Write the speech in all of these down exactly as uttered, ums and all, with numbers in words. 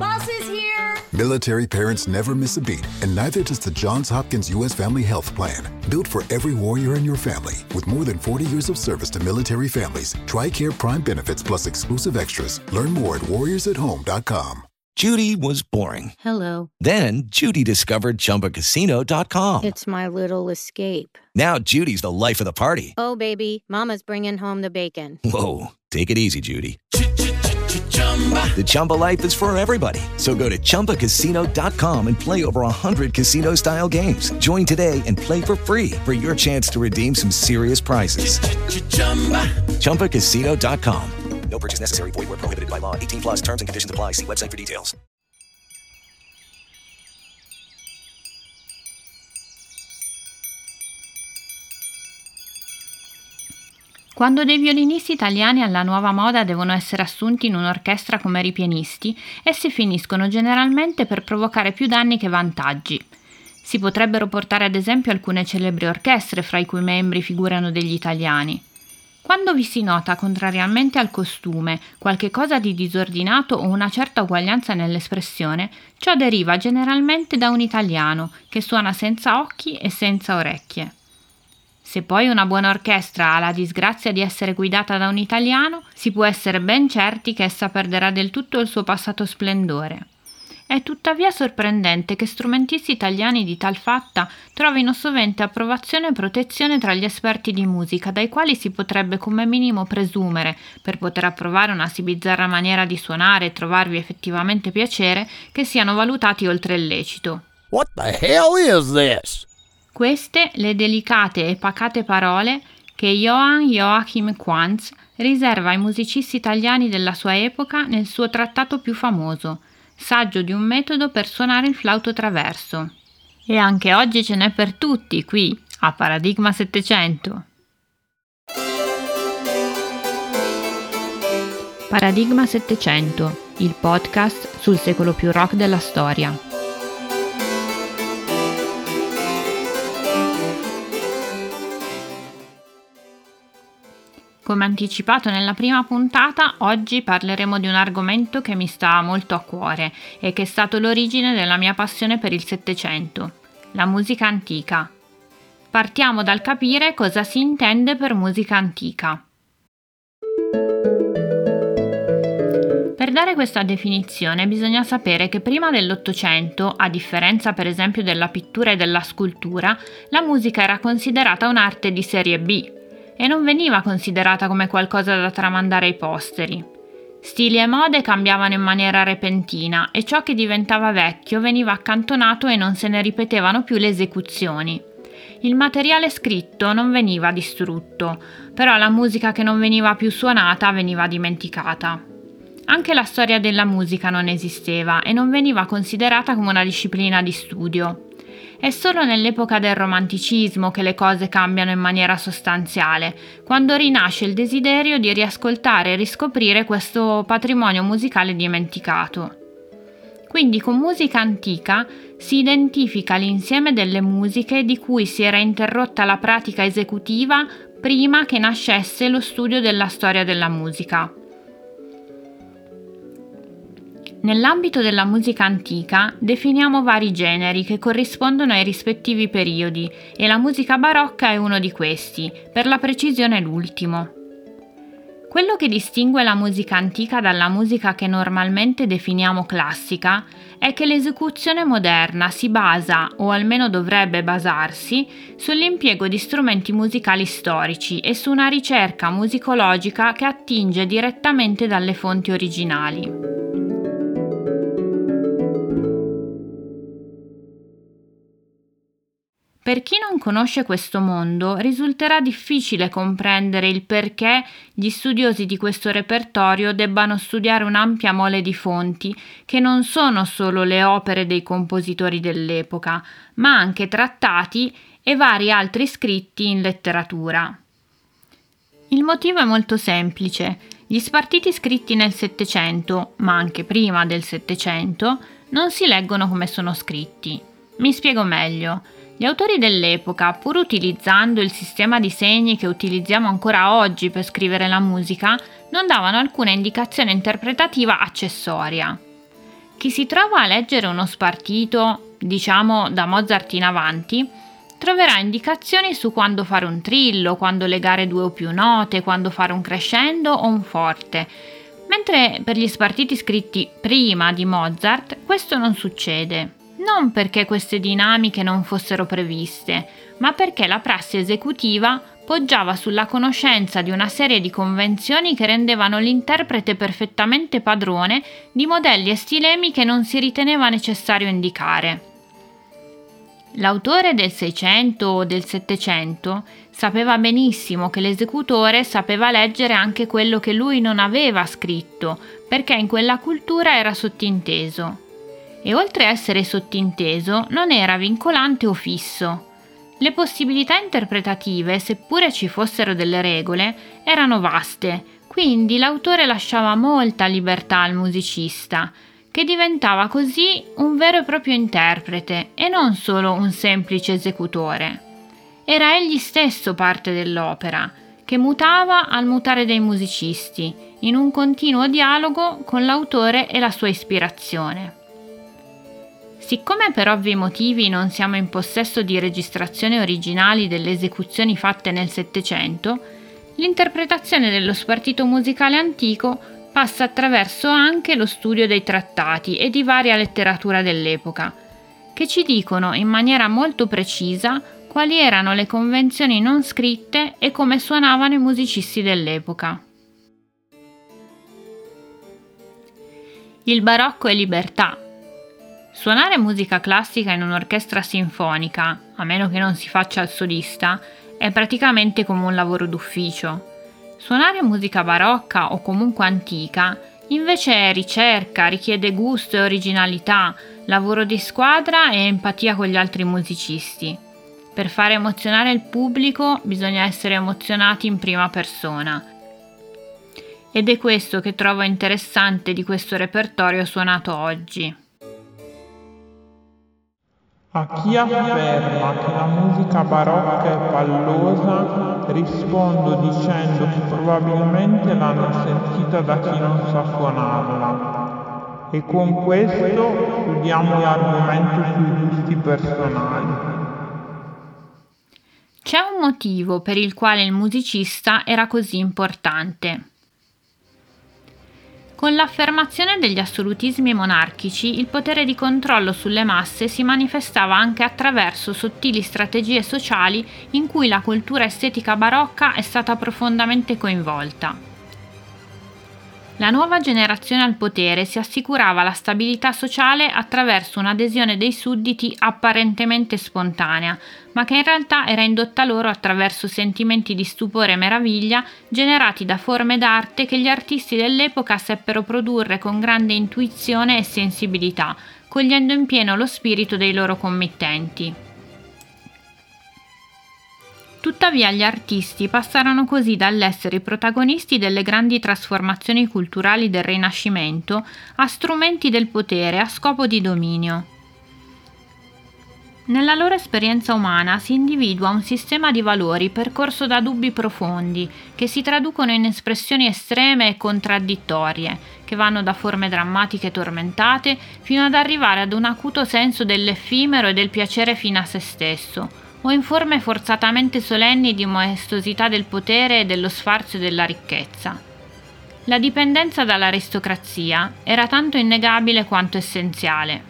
Bus is here! Military parents never miss a beat, and neither does the Johns Hopkins U S Family Health Plan. Built for every warrior in your family, with more than forty years of service to military families, TRICARE Prime benefits plus exclusive extras. Learn more at warriors at home dot com. Judy was boring. Hello. Then Judy discovered Chumba Casino dot com. It's my little escape. Now Judy's the life of the party. Oh, baby, mama's bringing home the bacon. Whoa, take it easy, Judy. The Chumba life is for everybody. So go to Chumba Casino dot com and play over one hundred casino-style games. Join today and play for free for your chance to redeem some serious prizes. Chumba Casino dot com. No purchase necessary. Void where prohibited by law. eighteen plus terms and conditions apply. See website for details. Quando dei violinisti italiani alla nuova moda devono essere assunti in un'orchestra come ripianisti, essi finiscono generalmente per provocare più danni che vantaggi. Si potrebbero portare ad esempio alcune celebri orchestre fra i cui membri figurano degli italiani. Quando vi si nota, contrariamente al costume, qualche cosa di disordinato o una certa uguaglianza nell'espressione, ciò deriva generalmente da un italiano che suona senza occhi e senza orecchie. Se poi una buona orchestra ha la disgrazia di essere guidata da un italiano, si può essere ben certi che essa perderà del tutto il suo passato splendore. È tuttavia sorprendente che strumentisti italiani di tal fatta trovino sovente approvazione e protezione tra gli esperti di musica, dai quali si potrebbe come minimo presumere, per poter approvare una sì bizzarra maniera di suonare e trovarvi effettivamente piacere, che siano valutati oltre il lecito. What the hell is this? Queste le delicate e pacate parole che Johann Joachim Quantz riserva ai musicisti italiani della sua epoca nel suo trattato più famoso, Saggio di un metodo per suonare il flauto traverso. E anche oggi ce n'è per tutti qui, a Paradigma settecento. Paradigma settecento, il podcast sul secolo più rock della storia. Come anticipato nella prima puntata, oggi parleremo di un argomento che mi sta molto a cuore e che è stato l'origine della mia passione per il Settecento, la musica antica. Partiamo dal capire cosa si intende per musica antica. Per dare questa definizione bisogna sapere che prima dell'Ottocento, a differenza per esempio della pittura e della scultura, la musica era considerata un'arte di serie B e non veniva considerata come qualcosa da tramandare ai posteri. Stili e mode cambiavano in maniera repentina e ciò che diventava vecchio veniva accantonato e non se ne ripetevano più le esecuzioni. Il materiale scritto non veniva distrutto, però la musica che non veniva più suonata veniva dimenticata. Anche la storia della musica non esisteva e non veniva considerata come una disciplina di studio. È solo nell'epoca del romanticismo che le cose cambiano in maniera sostanziale, quando rinasce il desiderio di riascoltare e riscoprire questo patrimonio musicale dimenticato. Quindi con musica antica si identifica l'insieme delle musiche di cui si era interrotta la pratica esecutiva prima che nascesse lo studio della storia della musica. Nell'ambito della musica antica definiamo vari generi che corrispondono ai rispettivi periodi e la musica barocca è uno di questi, per la precisione l'ultimo. Quello che distingue la musica antica dalla musica che normalmente definiamo classica è che l'esecuzione moderna si basa, o almeno dovrebbe basarsi, sull'impiego di strumenti musicali storici e su una ricerca musicologica che attinge direttamente dalle fonti originali. Per chi non conosce questo mondo, risulterà difficile comprendere il perché gli studiosi di questo repertorio debbano studiare un'ampia mole di fonti, che non sono solo le opere dei compositori dell'epoca, ma anche trattati e vari altri scritti in letteratura. Il motivo è molto semplice. Gli spartiti scritti nel Settecento, ma anche prima del Settecento, non si leggono come sono scritti. Mi spiego meglio. Gli autori dell'epoca, pur utilizzando il sistema di segni che utilizziamo ancora oggi per scrivere la musica, non davano alcuna indicazione interpretativa accessoria. Chi si trova a leggere uno spartito, diciamo da Mozart in avanti, troverà indicazioni su quando fare un trillo, quando legare due o più note, quando fare un crescendo o un forte, mentre per gli spartiti scritti prima di Mozart questo non succede. Non perché queste dinamiche non fossero previste, ma perché la prassi esecutiva poggiava sulla conoscenza di una serie di convenzioni che rendevano l'interprete perfettamente padrone di modelli e stilemi che non si riteneva necessario indicare. L'autore del Seicento o del Settecento sapeva benissimo che l'esecutore sapeva leggere anche quello che lui non aveva scritto, perché in quella cultura era sottinteso. E oltre a essere sottinteso, non era vincolante o fisso. Le possibilità interpretative, seppure ci fossero delle regole, erano vaste, quindi l'autore lasciava molta libertà al musicista, che diventava così un vero e proprio interprete e non solo un semplice esecutore. Era egli stesso parte dell'opera, che mutava al mutare dei musicisti, in un continuo dialogo con l'autore e la sua ispirazione. Siccome per ovvi motivi non siamo in possesso di registrazioni originali delle esecuzioni fatte nel Settecento, l'interpretazione dello spartito musicale antico passa attraverso anche lo studio dei trattati e di varia letteratura dell'epoca, che ci dicono in maniera molto precisa quali erano le convenzioni non scritte e come suonavano i musicisti dell'epoca. Il barocco e libertà. Suonare musica classica in un'orchestra sinfonica, a meno che non si faccia il solista, è praticamente come un lavoro d'ufficio. Suonare musica barocca o comunque antica invece è ricerca, richiede gusto e originalità, lavoro di squadra e empatia con gli altri musicisti. Per fare emozionare il pubblico bisogna essere emozionati in prima persona. Ed è questo che trovo interessante di questo repertorio suonato oggi. A chi afferma che la musica barocca è pallosa, rispondo dicendo che probabilmente l'hanno sentita da chi non sa suonarla. E con questo chiudiamo l'argomento sui gusti personali. C'è un motivo per il quale il musicista era così importante. Con l'affermazione degli assolutismi monarchici, il potere di controllo sulle masse si manifestava anche attraverso sottili strategie sociali in cui la cultura estetica barocca è stata profondamente coinvolta. La nuova generazione al potere si assicurava la stabilità sociale attraverso un'adesione dei sudditi apparentemente spontanea, ma che in realtà era indotta loro attraverso sentimenti di stupore e meraviglia generati da forme d'arte che gli artisti dell'epoca seppero produrre con grande intuizione e sensibilità, cogliendo in pieno lo spirito dei loro committenti. Tuttavia gli artisti passarono così dall'essere i protagonisti delle grandi trasformazioni culturali del Rinascimento a strumenti del potere a scopo di dominio. Nella loro esperienza umana si individua un sistema di valori percorso da dubbi profondi, che si traducono in espressioni estreme e contraddittorie, che vanno da forme drammatiche tormentate fino ad arrivare ad un acuto senso dell'effimero e del piacere fino a se stesso, o in forme forzatamente solenni di maestosità del potere e dello sfarzo della ricchezza. La dipendenza dall'aristocrazia era tanto innegabile quanto essenziale.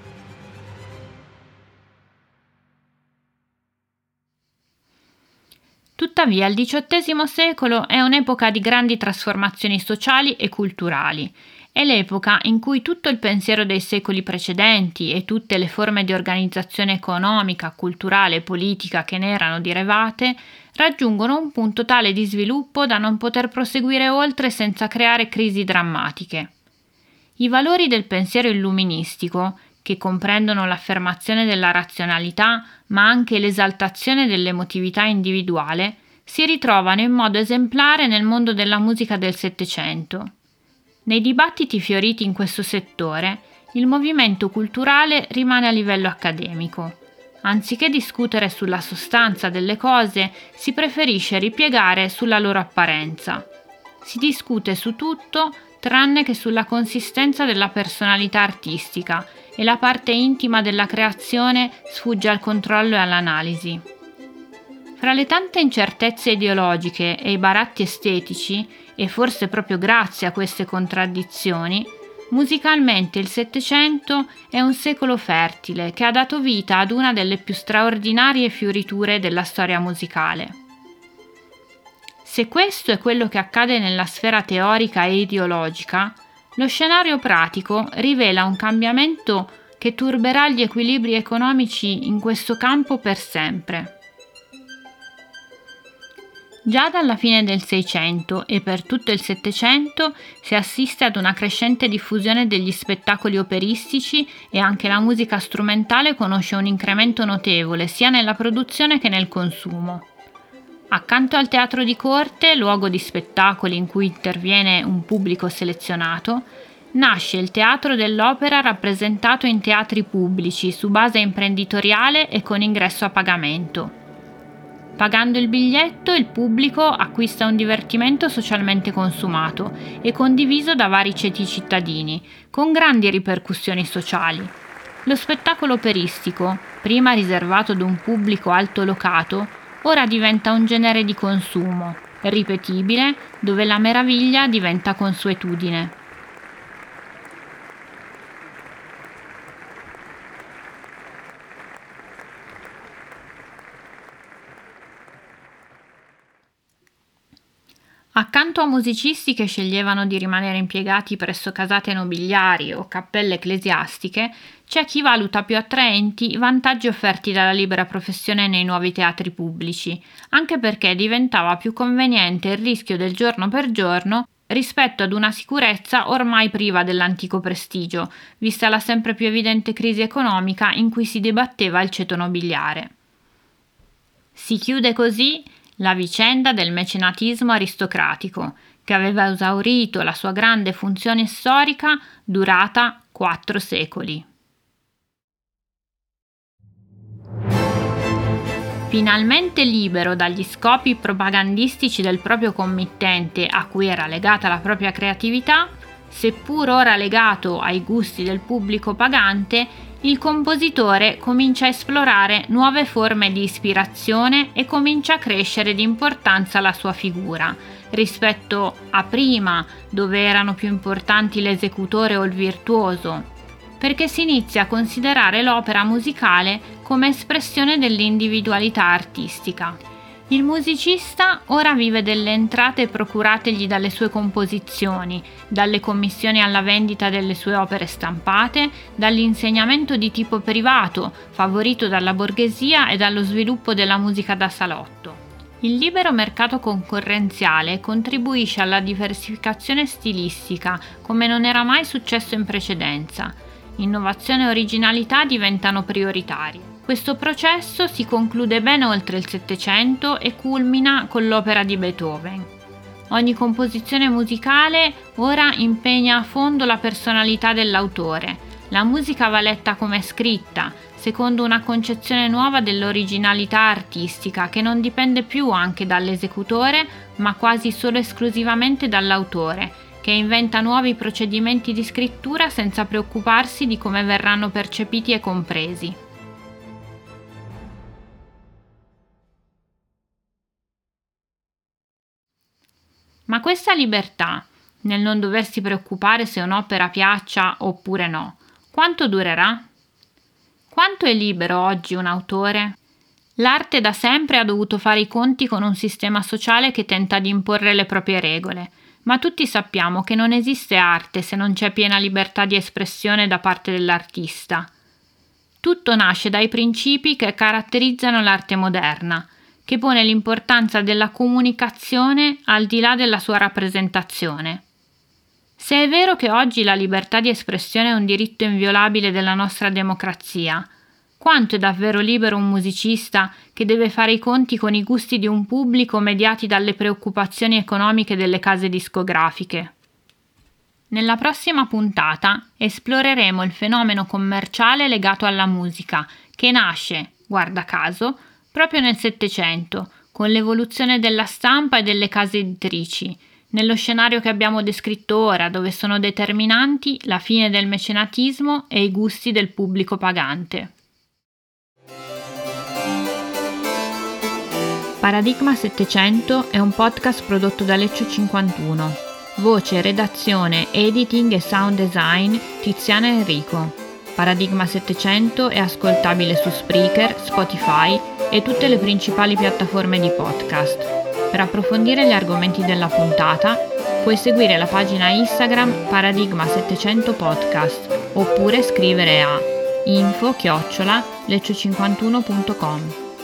Tuttavia il diciottesimo secolo è un'epoca di grandi trasformazioni sociali e culturali. È l'epoca in cui tutto il pensiero dei secoli precedenti e tutte le forme di organizzazione economica, culturale e politica che ne erano derivate raggiungono un punto tale di sviluppo da non poter proseguire oltre senza creare crisi drammatiche. I valori del pensiero illuministico, che comprendono l'affermazione della razionalità ma anche l'esaltazione dell'emotività individuale, si ritrovano in modo esemplare nel mondo della musica del Settecento. Nei dibattiti fioriti in questo settore, il movimento culturale rimane a livello accademico. Anziché discutere sulla sostanza delle cose, si preferisce ripiegare sulla loro apparenza. Si discute su tutto tranne che sulla consistenza della personalità artistica, e la parte intima della creazione sfugge al controllo e all'analisi. Fra le tante incertezze ideologiche e i baratti estetici, e forse proprio grazie a queste contraddizioni, musicalmente il Settecento è un secolo fertile che ha dato vita ad una delle più straordinarie fioriture della storia musicale. Se questo è quello che accade nella sfera teorica e ideologica, lo scenario pratico rivela un cambiamento che turberà gli equilibri economici in questo campo per sempre. Già dalla fine del Seicento e per tutto il Settecento si assiste ad una crescente diffusione degli spettacoli operistici e anche la musica strumentale conosce un incremento notevole sia nella produzione che nel consumo. Accanto al teatro di corte, luogo di spettacoli in cui interviene un pubblico selezionato, nasce il teatro dell'opera rappresentato in teatri pubblici su base imprenditoriale e con ingresso a pagamento. Pagando il biglietto, il pubblico acquista un divertimento socialmente consumato e condiviso da vari ceti cittadini, con grandi ripercussioni sociali. Lo spettacolo operistico, prima riservato ad un pubblico altolocato, ora diventa un genere di consumo, ripetibile, dove la meraviglia diventa consuetudine. Accanto a musicisti che sceglievano di rimanere impiegati presso casate nobiliari o cappelle ecclesiastiche, c'è chi valuta più attraenti i vantaggi offerti dalla libera professione nei nuovi teatri pubblici, anche perché diventava più conveniente il rischio del giorno per giorno rispetto ad una sicurezza ormai priva dell'antico prestigio, vista la sempre più evidente crisi economica in cui si dibatteva il ceto nobiliare. Si chiude così la vicenda del mecenatismo aristocratico, che aveva esaurito la sua grande funzione storica durata quattro secoli. Finalmente libero dagli scopi propagandistici del proprio committente a cui era legata la propria creatività, seppur ora legato ai gusti del pubblico pagante, il compositore comincia a esplorare nuove forme di ispirazione e comincia a crescere di importanza la sua figura, rispetto a prima, dove erano più importanti l'esecutore o il virtuoso, perché si inizia a considerare l'opera musicale come espressione dell'individualità artistica. Il musicista ora vive delle entrate procurategli dalle sue composizioni, dalle commissioni alla vendita delle sue opere stampate, dall'insegnamento di tipo privato, favorito dalla borghesia e dallo sviluppo della musica da salotto. Il libero mercato concorrenziale contribuisce alla diversificazione stilistica come non era mai successo in precedenza. Innovazione e originalità diventano prioritari. Questo processo si conclude ben oltre il Settecento e culmina con l'opera di Beethoven. Ogni composizione musicale ora impegna a fondo la personalità dell'autore. La musica va letta come è scritta, secondo una concezione nuova dell'originalità artistica che non dipende più anche dall'esecutore, ma quasi solo esclusivamente dall'autore, che inventa nuovi procedimenti di scrittura senza preoccuparsi di come verranno percepiti e compresi. Ma questa libertà, nel non doversi preoccupare se un'opera piaccia oppure no, quanto durerà? Quanto è libero oggi un autore? L'arte da sempre ha dovuto fare i conti con un sistema sociale che tenta di imporre le proprie regole, ma tutti sappiamo che non esiste arte se non c'è piena libertà di espressione da parte dell'artista. Tutto nasce dai principi che caratterizzano l'arte moderna, che pone l'importanza della comunicazione al di là della sua rappresentazione. Se è vero che oggi la libertà di espressione è un diritto inviolabile della nostra democrazia, quanto è davvero libero un musicista che deve fare i conti con i gusti di un pubblico mediati dalle preoccupazioni economiche delle case discografiche? Nella prossima puntata esploreremo il fenomeno commerciale legato alla musica, che nasce, guarda caso, proprio nel Settecento, con l'evoluzione della stampa e delle case editrici, nello scenario che abbiamo descritto ora, dove sono determinanti la fine del mecenatismo e i gusti del pubblico pagante. Paradigma settecento è un podcast prodotto da Leccio cinquantuno. Voce, redazione, editing e sound design Tiziana Enrico. Paradigma settecento è ascoltabile su Spreaker, Spotify e tutte le principali piattaforme di podcast. Per approfondire gli argomenti della puntata, puoi seguire la pagina Instagram Paradigma settecento Podcast oppure scrivere a info chiocciola leccio cinquantuno punto com.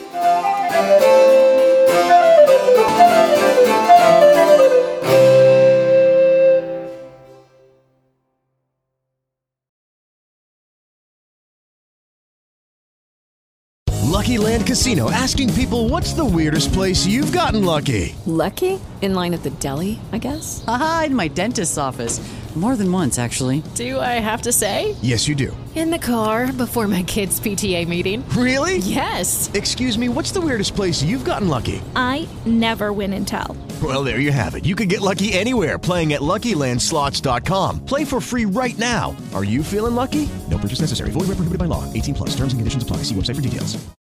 Lucky Land Casino, asking people, what's the weirdest place you've gotten lucky? Lucky? In line at the deli, I guess? Aha, in my dentist's office. More than once, actually. Do I have to say? Yes, you do. In the car before my kids' P T A meeting. Really? Yes. Excuse me, what's the weirdest place you've gotten lucky? I never win and tell. Well, there you have it. You can get lucky anywhere, playing at Lucky Land Slots dot com. Play for free right now. Are you feeling lucky? No purchase necessary. Void where prohibited by law. eighteen plus. Terms and conditions apply. See website for details.